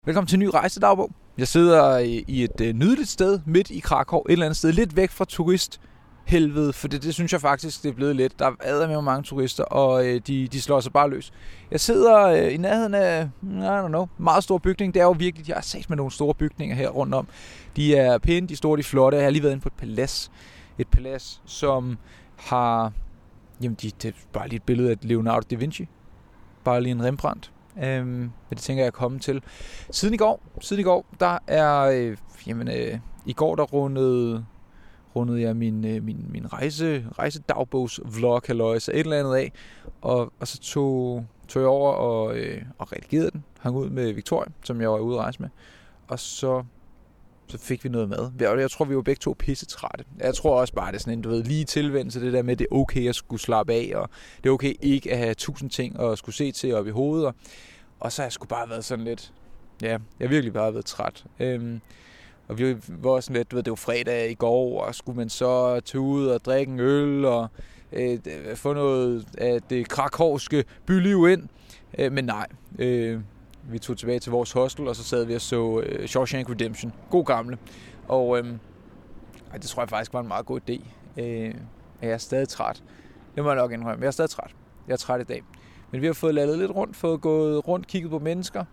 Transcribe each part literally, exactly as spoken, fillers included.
Velkommen til en ny rejsedagbog. Jeg sidder i et øh, nydeligt sted midt i Krakow, et eller andet sted, lidt væk fra turisthelvede, for det, det synes jeg faktisk, det er blevet lidt. Der er med mange turister, og øh, de, de slår sig bare løs. Jeg sidder øh, i nærheden af, I don't know, meget stor bygning. Det er jo virkelig, jeg har set med nogle store bygninger her rundt om. De er pæne, de er store, de er flotte. Jeg har lige været inde på et palads. Et palads, som har, jamen de, det er bare lige et billede af Leonardo da Vinci. Bare lige en Rembrandt. Øhm, men det tænker jeg at komme til. Siden i går, siden i går, der er, øh, jamen, øh, i går der rundede, rundede jeg min, øh, min, min rejse, rejsedagbogs-vlog, halløjse, et eller andet af, og, og så tog, tog jeg over og, øh, og redigerede den, hang ud med Victoria, som jeg var ude at rejse med, og så, så fik vi noget mad. Jeg tror, vi var begge to pissetrætte. Jeg tror også bare, det er sådan en, du ved, lige tilvendelse, det der med, det er okay at skulle slappe af, og det er okay ikke at have tusind ting at skulle se til op i hovedet, og, og så har jeg sgu bare været sådan lidt, ja, jeg har virkelig bare været træt. Øhm, og vi var sådan lidt, du ved, det var fredag i går, og skulle man så tage ud og drikke en øl, og øh, få noget af det krakowske byliv ind, øh, men nej, øh, vi tog tilbage til vores hostel, og så sad vi og så uh, Shawshank Redemption. God gamle. Og øhm, det tror jeg faktisk var en meget god idé. Øh, jeg er stadig træt. Det må jeg nok indrømme. Jeg er stadig træt. Jeg er træt i dag. Men vi har fået ladet lidt rundt, fået gået rundt, kigget på mennesker.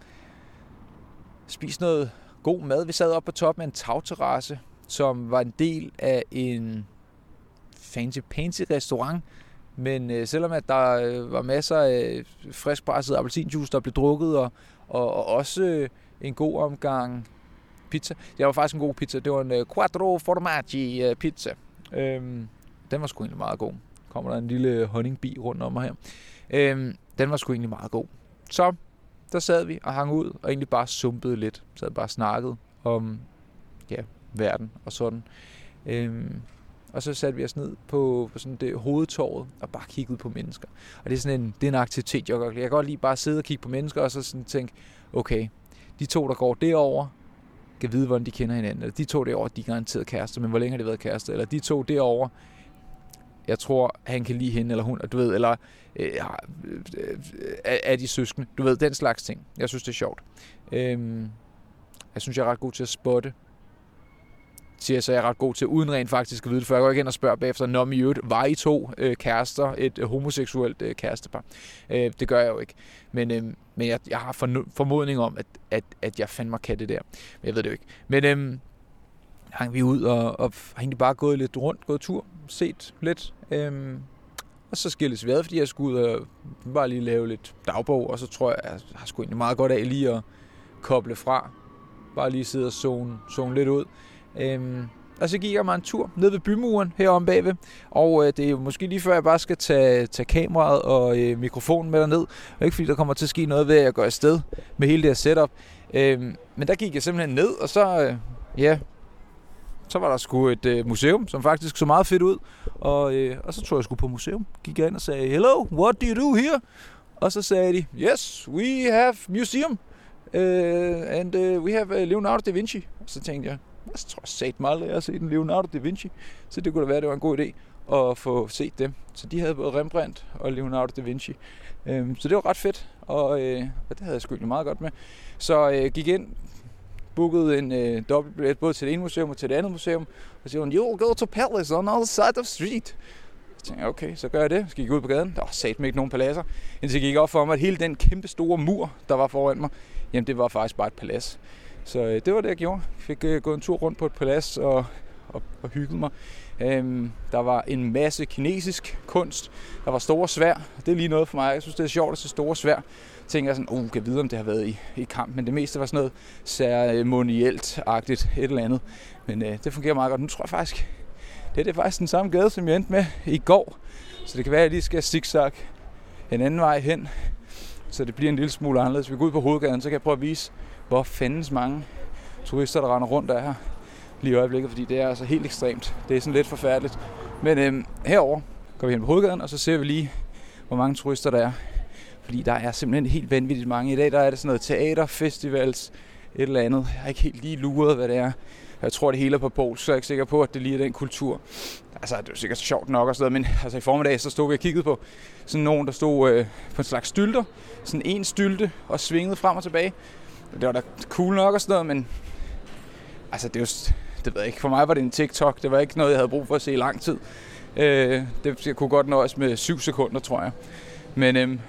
Spist noget god mad. Vi sad oppe på toppen af en tagterrasse, som var en del af en fancy-pansy restaurant. Men øh, selvom at der øh, var masser af friskpresset appelsinjuice, der blev drukket, og, og, og også øh, en god omgang pizza. Det var faktisk en god pizza. Det var en øh, quattro formaggi øh, pizza. Øhm, den var sgu egentlig meget god. Kommer der en lille honningbi rundt om mig her. Øhm, den var sgu egentlig meget god. Så der sad vi og hang ud, og egentlig bare sumpede lidt. Sad bare og snakkede om ja, verden og sådan. Øhm, Og så satte vi os ned på, på sådan det hovedtorvet og bare kiggede på mennesker. Og det er sådan en, det er en aktivitet, jeg godt lide. Jeg kan godt lide bare at sidde og kigge på mennesker, og så sådan tænke, okay, de to, der går derover, kan vide, hvordan de kender hinanden. Eller de to derover, de er garanteret kærester, men hvor længe har de været kærester? Eller de to derover, jeg tror, han kan lide hende eller hun, du ved, eller øh, øh, er de søskende? Du ved, den slags ting. Jeg synes, det er sjovt. Øhm, jeg synes, jeg er ret god til at spotte. Siger så jeg er ret god til uden rent faktisk at vide det, for jeg går igen og spørger bagefter, når I øvrigt var I to øh, kærester, et øh, homoseksuelt øh, kærestepar. Øh, det gør jeg jo ikke. Men, øh, men jeg, jeg har formodning om, at, at, at jeg fandme kan det der. Men jeg ved det jo ikke. Men øh, hang vi ud og, og har egentlig bare gået lidt rundt, gået tur, set lidt. Øh, og så skilles vi ad, fordi jeg skulle ud og bare lige lave lidt dagbog, og så tror jeg, jeg har sgu egentlig meget godt af lige at koble fra. Bare lige sidde og zone, zone lidt ud. Øhm, og så gik jeg mig en tur ned ved bymuren heromme bagved, og øh, det er jo måske lige før jeg bare skal tage, tage kameraet og øh, mikrofonen med derned, og ikke fordi der kommer til at ske noget ved at jeg går afsted med hele det her setup, øhm, men der gik jeg simpelthen ned, og så øh, ja så var der sgu et øh, museum, som faktisk så meget fedt ud, og, øh, og så tog jeg sgu på museum, gik jeg ind og sagde, hello, what do you do here? Og så sagde de, yes, we have museum, uh, and uh, we have uh, Leonardo da Vinci. Og så tænkte jeg, jeg tror jeg sat mig aldrig at se den Leonardo da Vinci, så det kunne da være, det var en god idé at få set dem. Så de havde både Rembrandt og Leonardo da Vinci. Øhm, så det var ret fedt, og, øh, og det havde jeg sgu meget godt med. Så øh, gik ind, bookede en øh, dobbeltbillet både til det ene museum og til det andet museum, og siger hun, you'll go to Palace on the other side of the street. Så tænkte jeg, okay, så gør jeg det. Så gik jeg ud på gaden, der var satme ikke nogen paladser. Indtil jeg gik op for mig, at hele den kæmpe store mur, der var foran mig, jamen det var faktisk bare et palads. Så øh, det var det, jeg gjorde. Jeg fik øh, gået en tur rundt på et palads og, og, og hygget mig. Øhm, der var en masse kinesisk kunst. Der var store sværd. Det er lige noget for mig. Jeg synes, det er sjovt at se store sværd. Jeg tænker sådan, uh, kan jeg vide, om det har været i, i kamp. Men det meste var sådan noget ceremonielt-agtigt, et eller andet. Men øh, det fungerer meget godt. Nu tror jeg faktisk, det er, det er faktisk den samme gade, som jeg endte med i går. Så det kan være, at jeg lige skal zigzag en anden vej hen. Så det bliver en lille smule anderledes. Vi går ud på hovedgaden, så kan jeg prøve at vise, hvor fandens mange turister, der render rundt der her lige i øjeblikket, fordi det er altså helt ekstremt. Det er sådan lidt forfærdeligt. Men øhm, herover går vi hen på hovedgaden, og så ser vi lige, hvor mange turister der er. Fordi der er simpelthen helt vanvittigt mange. I dag der er det sådan noget teater, festivals, et eller andet. Jeg har ikke helt lige luret, hvad det er. Jeg tror, det hele er på polsk, så jeg er ikke sikker på, at det lige er den kultur. Altså, det er sikkert sjovt nok og sådan noget, men altså, i formiddag så stod vi og kiggede på sådan nogen, der stod øh, på en slags stylter. Sådan en stylte og svingede frem og tilbage. Det var da cool nok og sådan noget, men altså det er jo, det ved jeg ikke, for mig var det en TikTok, det var ikke noget, jeg havde brug for at se i lang tid. Øh, det jeg kunne godt nøjes med syv sekunder, tror jeg. Men øhm,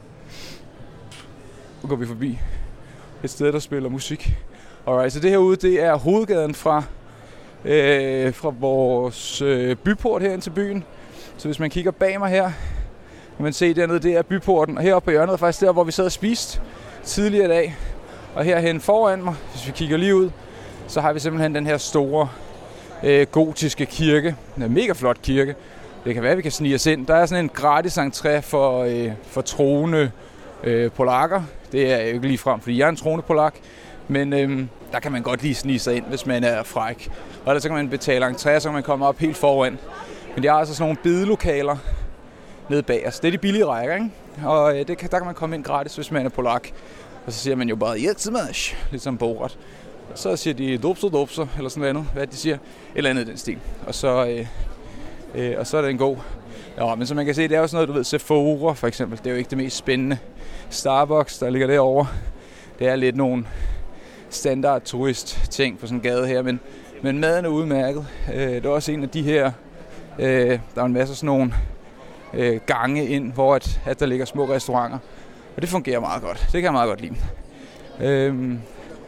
nu går vi forbi et sted, der spiller musik. Alright, så det herude, det er hovedgaden fra, øh, fra vores øh, byport herind til byen. Så hvis man kigger bag mig her, kan man se dernede, det er byporten. Og heroppe på hjørnet er faktisk der, hvor vi sad og spiste tidligere i dag. Og herhen foran mig, hvis vi kigger lige ud, så har vi simpelthen den her store øh, gotiske kirke. Den er en mega flot kirke. Det kan være, at vi kan snige os ind. Der er sådan en gratis entré for, øh, for troende øh, polakker. Det er jo ikke lige frem, fordi jeg er en troende polak. Men øh, der kan man godt lige snige sig ind, hvis man er fræk. Og ellers så kan man betale entré, så kan man komme op helt foran. Men de har altså sådan nogle bedelokaler nede bag os. Det er de billige rækker, ikke? Og øh, det kan, der kan man komme ind gratis, hvis man er polak. Og så siger man jo bare, jetzimash, ligesom Borat. Så siger de dopso dopso, eller sådan noget andet, hvad de siger. Et eller andet i den stil. Og så, øh, øh, og så er det en god. Ja, men som man kan se, det er jo sådan noget, du ved, Sephora for eksempel. Det er jo ikke det mest spændende. Starbucks, der ligger derovre. Det er lidt nogle standard turist ting på sådan en gade her, men, men maden er udmærket. Øh, det er også en af de her, øh, der er en masse sådan nogle øh, gange ind, hvor at, at der ligger små restauranter. Og det fungerer meget godt. Det kan jeg meget godt lide. Øhm,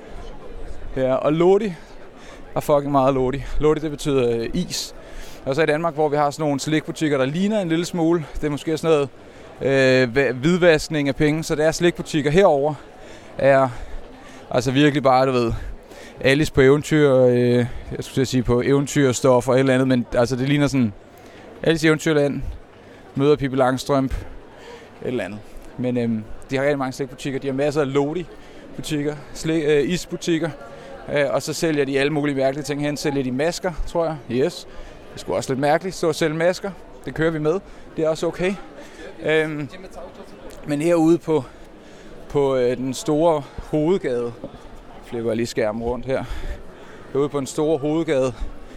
ja, og Lodi er fucking meget Lodi. Lodi, det betyder øh, is. Og så i Danmark, hvor vi har sådan nogle slikbutikker, der ligner en lille smule. Det er måske sådan noget øh, hvidvaskning af penge. Så deres slikbutikker herover er altså virkelig bare, du ved, Alice på eventyr. Øh, jeg skulle sige på eventyrstof og et eller andet. Men altså det ligner sådan Alice i Eventyrland møder Pippi Langstrømpe. Et eller andet. Men øhm, de har rigtig mange slikbutikker. De har masser af Lodi-butikker, slik, øh, isbutikker. Øh, og så sælger de alle mulige mærkelige ting hen. Sælger de masker, tror jeg. Yes. Det er sgu også lidt mærkeligt. Så at sælge masker, det kører vi med. Det er også okay. Øhm, men herude på, på øh, den store hovedgade, flipper jeg lige skærmen rundt her. Herude på den store hovedgade,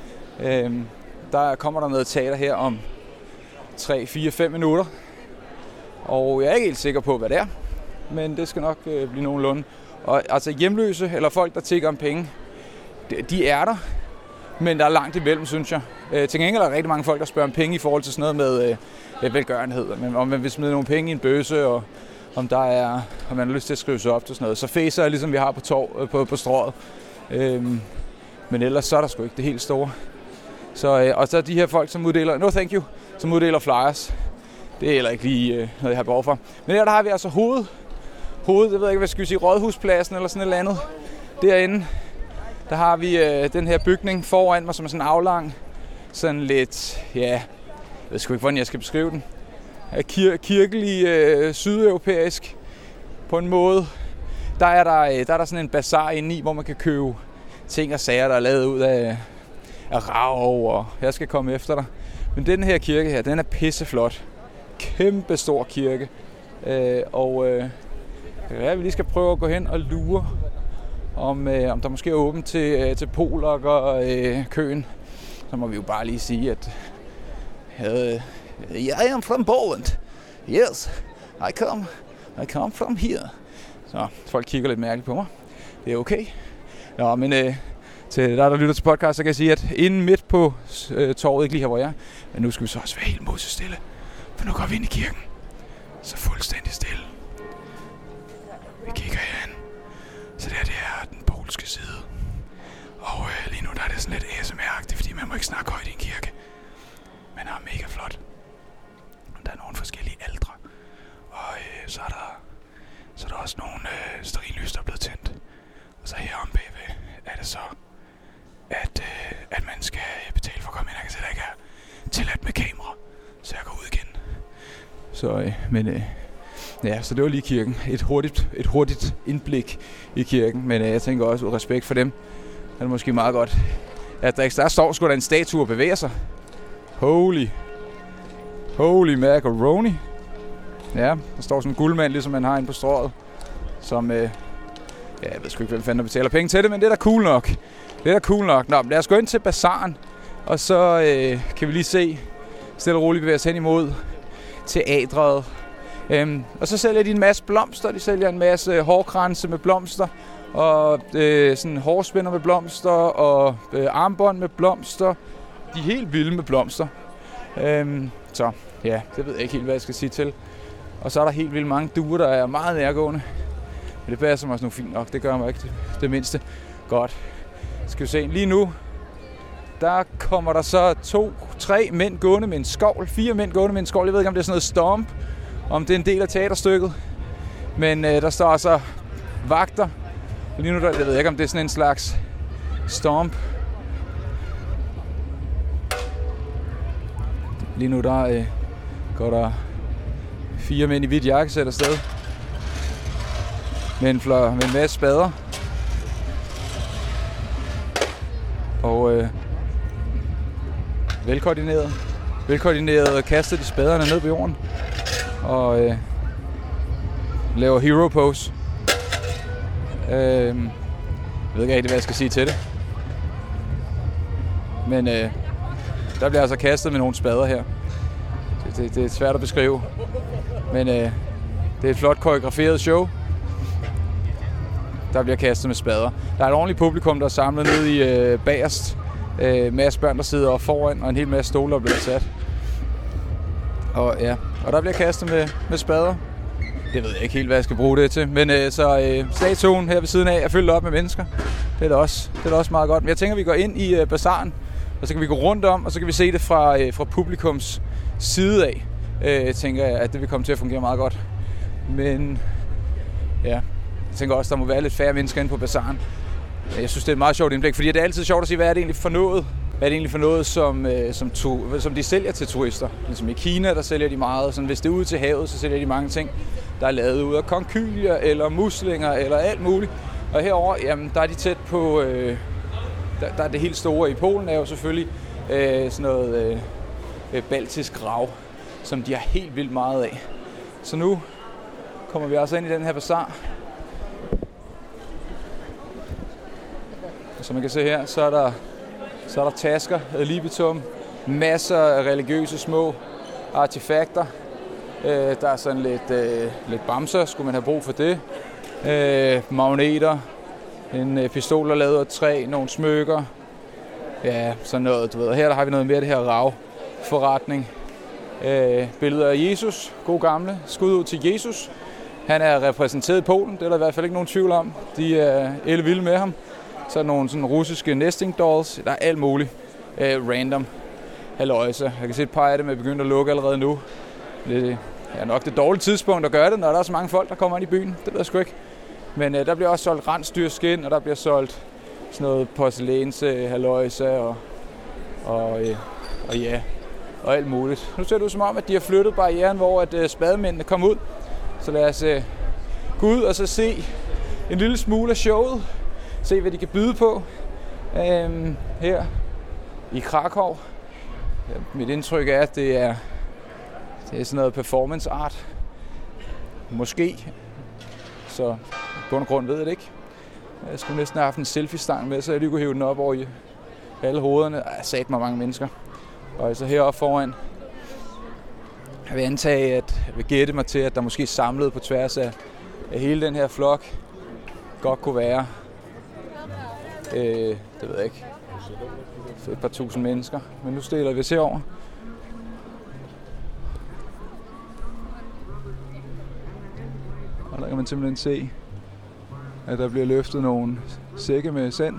øh, der kommer der noget teater her om tre, fire, fem minutter. Og jeg er ikke helt sikker på, hvad det er, men det skal nok øh, blive nogenlunde. Og altså hjemløse, eller folk, der tigger om penge, de, de er der, men der er langt imellem, synes jeg. Øh, til gengæld er der rigtig mange folk, der spørger om penge i forhold til sådan noget med øh, velgørenhed. Men om man vil smide nogle penge i en bøsse, og om, der er, om man har lyst til at skrive sig op til sådan noget. Så facer jeg, ligesom vi har på, torv, på, på strået. Øh, men ellers så er der sgu ikke det helt store. Så, øh, og så er de her folk, som uddeler, no thank you, som uddeler flyers. Det er heller ikke lige øh, noget, jeg har behov for. Men her der har vi altså hoved. Hoved, det ved jeg ikke, hvad skal vi sige, Rådhuspladsen eller sådan et eller andet. Derinde, der har vi øh, den her bygning foran mig, som er sådan aflang. Sådan lidt, ja, jeg ved sgu ikke, hvordan jeg skal beskrive den. Kir- kirkelig, øh, sydeuropæisk på en måde. Der er der, øh, der er der sådan en bazar inde i, hvor man kan købe ting og sager, der er lavet ud af, af rav, og jeg skal komme efter dig. Men den her kirke her, den er pisseflot. Kæmpe stor kirke. Øh, og øh, ja, vi lige skal prøve at gå hen og lure, om, øh, om der måske er åbent til, øh, til Polak og øh, køen. Så må vi jo bare lige sige, at øh, I am from Poland. Yes, I come, I come from here. Så folk kigger lidt mærkeligt på mig. Det er okay. Nå, men øh, til dig, der lytter til podcast, så kan jeg sige, at inde midt på øh, torvet, ikke lige her, hvor jeg er, men nu skal vi så også være helt musestille. For nu går vi ind i kirken. Så fuldstændig stille. Vi kigger herhen. Så der, det er den polske side. Og øh, lige nu der er det sådan lidt A S M R-agtigt, fordi man må ikke snakke højt i en kirke. Men det er mega flot. Der er nogle forskellige aldre. Og øh, så, er der, så er der også nogle øh, stearinlys, der er blevet tændt. Og så herom bagved er det så, at, øh, at man skal betale for at komme ind. Jeg kan se, der ikke er tilladt med kamera. Så jeg går ud igen. Så, øh, men øh, ja, så det var lige kirken. Et hurtigt, et hurtigt indblik i kirken. Men øh, jeg tænker også, ud respekt for dem, er det måske meget godt, at der, der står sgu da en statue og bevæger sig. Holy. Holy macaroni. Ja, der står sådan en guldmand, ligesom man har inde på strået. Som, øh, ja, jeg ved sgu ikke, hvem fanden der betaler penge til det, men det er da cool nok. Det er da cool nok. Nå, lad os gå ind til bazaren, og så øh, kan vi lige se, stille og roligt bevæger os hen imod teatret. Øhm, og så sælger de en masse blomster. De sælger en masse hårkranse med blomster. og øh, sådan hårspænder med blomster, og øh, armbånd med blomster. De er helt vilde med blomster. Øhm, så ja, det ved jeg ikke helt, hvad jeg skal sige til. Og så er der helt vildt mange duer, der er meget nærgående. Men det passer mig også nu fint nok. Det gør mig ikke det, det mindste. Godt. Skal vi se. Lige nu, der kommer der så to, tre mænd gående med en skovl. Fire mænd gående med en skovl. Jeg ved ikke, om det er sådan noget stomp. Om det er en del af teaterstykket. Men øh, der står så vagter. Lige nu, der, jeg ved ikke, om det er sådan en slags stomp. Lige nu, der øh, går der fire mænd i hvidt jakkesæt afsted. Med en, flør, med en masse spader. Og øh, velkoordineret. Velkoordineret kaster de spaderne ned på jorden. Og øh, laver hero pose. Øh, jeg ved ikke rigtig, hvad jeg skal sige til det. Men øh, der bliver altså kastet med nogle spader her. Det, det, det er svært at beskrive. Men øh, det er et flot koreograferet show. Der bliver kastet med spader. Der er et ordentligt publikum, der er samlet ned i øh, bagerst. Øh, masse børn, der sidder foran, og en hel masse stole, der bliver sat. Og ja, og der bliver kastet med, med spader. Det ved jeg ikke helt, hvad jeg skal bruge det til. Men øh, så øh, statuen her ved siden af er fyldt op med mennesker. Det er da også, det er da også meget godt. Men jeg tænker, vi går ind i øh, bazaren, og så kan vi gå rundt om, og så kan vi se det fra, øh, fra publikums side af. Øh, tænker jeg, at det vil komme til at fungere meget godt. Men ja, jeg tænker også, der må være lidt færre mennesker inde på bazaren. Jeg synes, det er et meget sjovt indblik, fordi det er altid sjovt at sige, hvad er det egentlig for noget? Hvad er det egentlig for noget, som, øh, som, to, som de sælger til turister? Ligesom i Kina, der sælger de meget. Sådan, hvis det er ude til havet, så sælger de mange ting, der er lavet ud af konkylier, eller muslinger, eller alt muligt. Og herover, jamen, der er de tæt på... Øh, der, der er det helt store i Polen, er jo selvfølgelig øh, sådan noget øh, baltisk rav, som de har helt vildt meget af. Så nu kommer vi altså ind i den her bazar. Og som man kan se her, så er der, så er der tasker, ad libitum, masser af religiøse små artefakter. Øh, der er sådan lidt, øh, lidt bamser, skulle man have brug for det. Øh, magneter, en øh, pistol, der er lavet af træ, nogle smykker. Ja, sådan noget, du ved. Og her der har vi noget mere af det her rav-forretning. Øh, billeder af Jesus, god gamle, skud ud til Jesus. Han er repræsenteret i Polen, det er der i hvert fald ikke nogen tvivl om. De er ellevilde med ham. Så er der nogle sådan russiske nesting dolls, der er alt muligt. Øh, random halløjse. Jeg kan se et par af dem er begyndt at lukke allerede nu. Det er nok det dårlige tidspunkt at gøre det, når der er så mange folk, der kommer ind i byen. Det ved jeg sgu ikke. Men øh, der bliver også solgt rensdyrskin, og der bliver solgt sådan noget porcelæns øh, halløjse og, og, øh, og ja, og alt muligt. Nu ser det ud som om, at de har flyttet barrieren, hvor at, øh, spademændene kom ud. Så lad os øh, gå ud og så se en lille smule af showet. Se, hvad de kan byde på øhm, her i Krakow. Ja, mit indtryk er, at det er, det er sådan noget performance art. Måske. Så på en grund ved jeg det ikke. Jeg skulle næsten have haft en selfie-stang med, så jeg lige kunne hive den op over i alle hovederne. Jeg sat mig mange mennesker. Og altså heroppe foran, jeg vil antage, at jeg vil gætte mig til, at der måske samlet på tværs af, af hele den her flok godt kunne være Øh, det ved jeg ikke. Et par tusind mennesker. Men nu stiller vi os herover. Og der kan man simpelthen se, at der bliver løftet nogle sække med sand.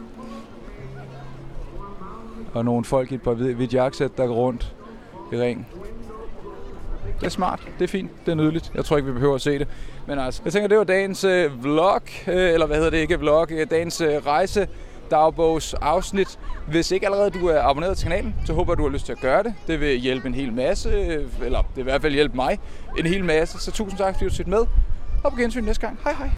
Og nogle folk i et par hvidt jakkesæt, der går rundt i ring. Det er smart, det er fint, det er nydeligt. Jeg tror ikke, vi behøver at se det. Men altså, jeg tænker, det var dagens øh, vlog, øh, eller hvad hedder det ikke, vlog, øh, dagens øh, rejse dagbogs afsnit. Hvis ikke allerede du er abonneret til kanalen, så håber jeg, du har lyst til at gøre det. Det vil hjælpe en hel masse, øh, eller det vil i hvert fald hjælpe mig en hel masse. Så tusind tak, fordi du har set med. Og på gensyn næste gang. Hej hej.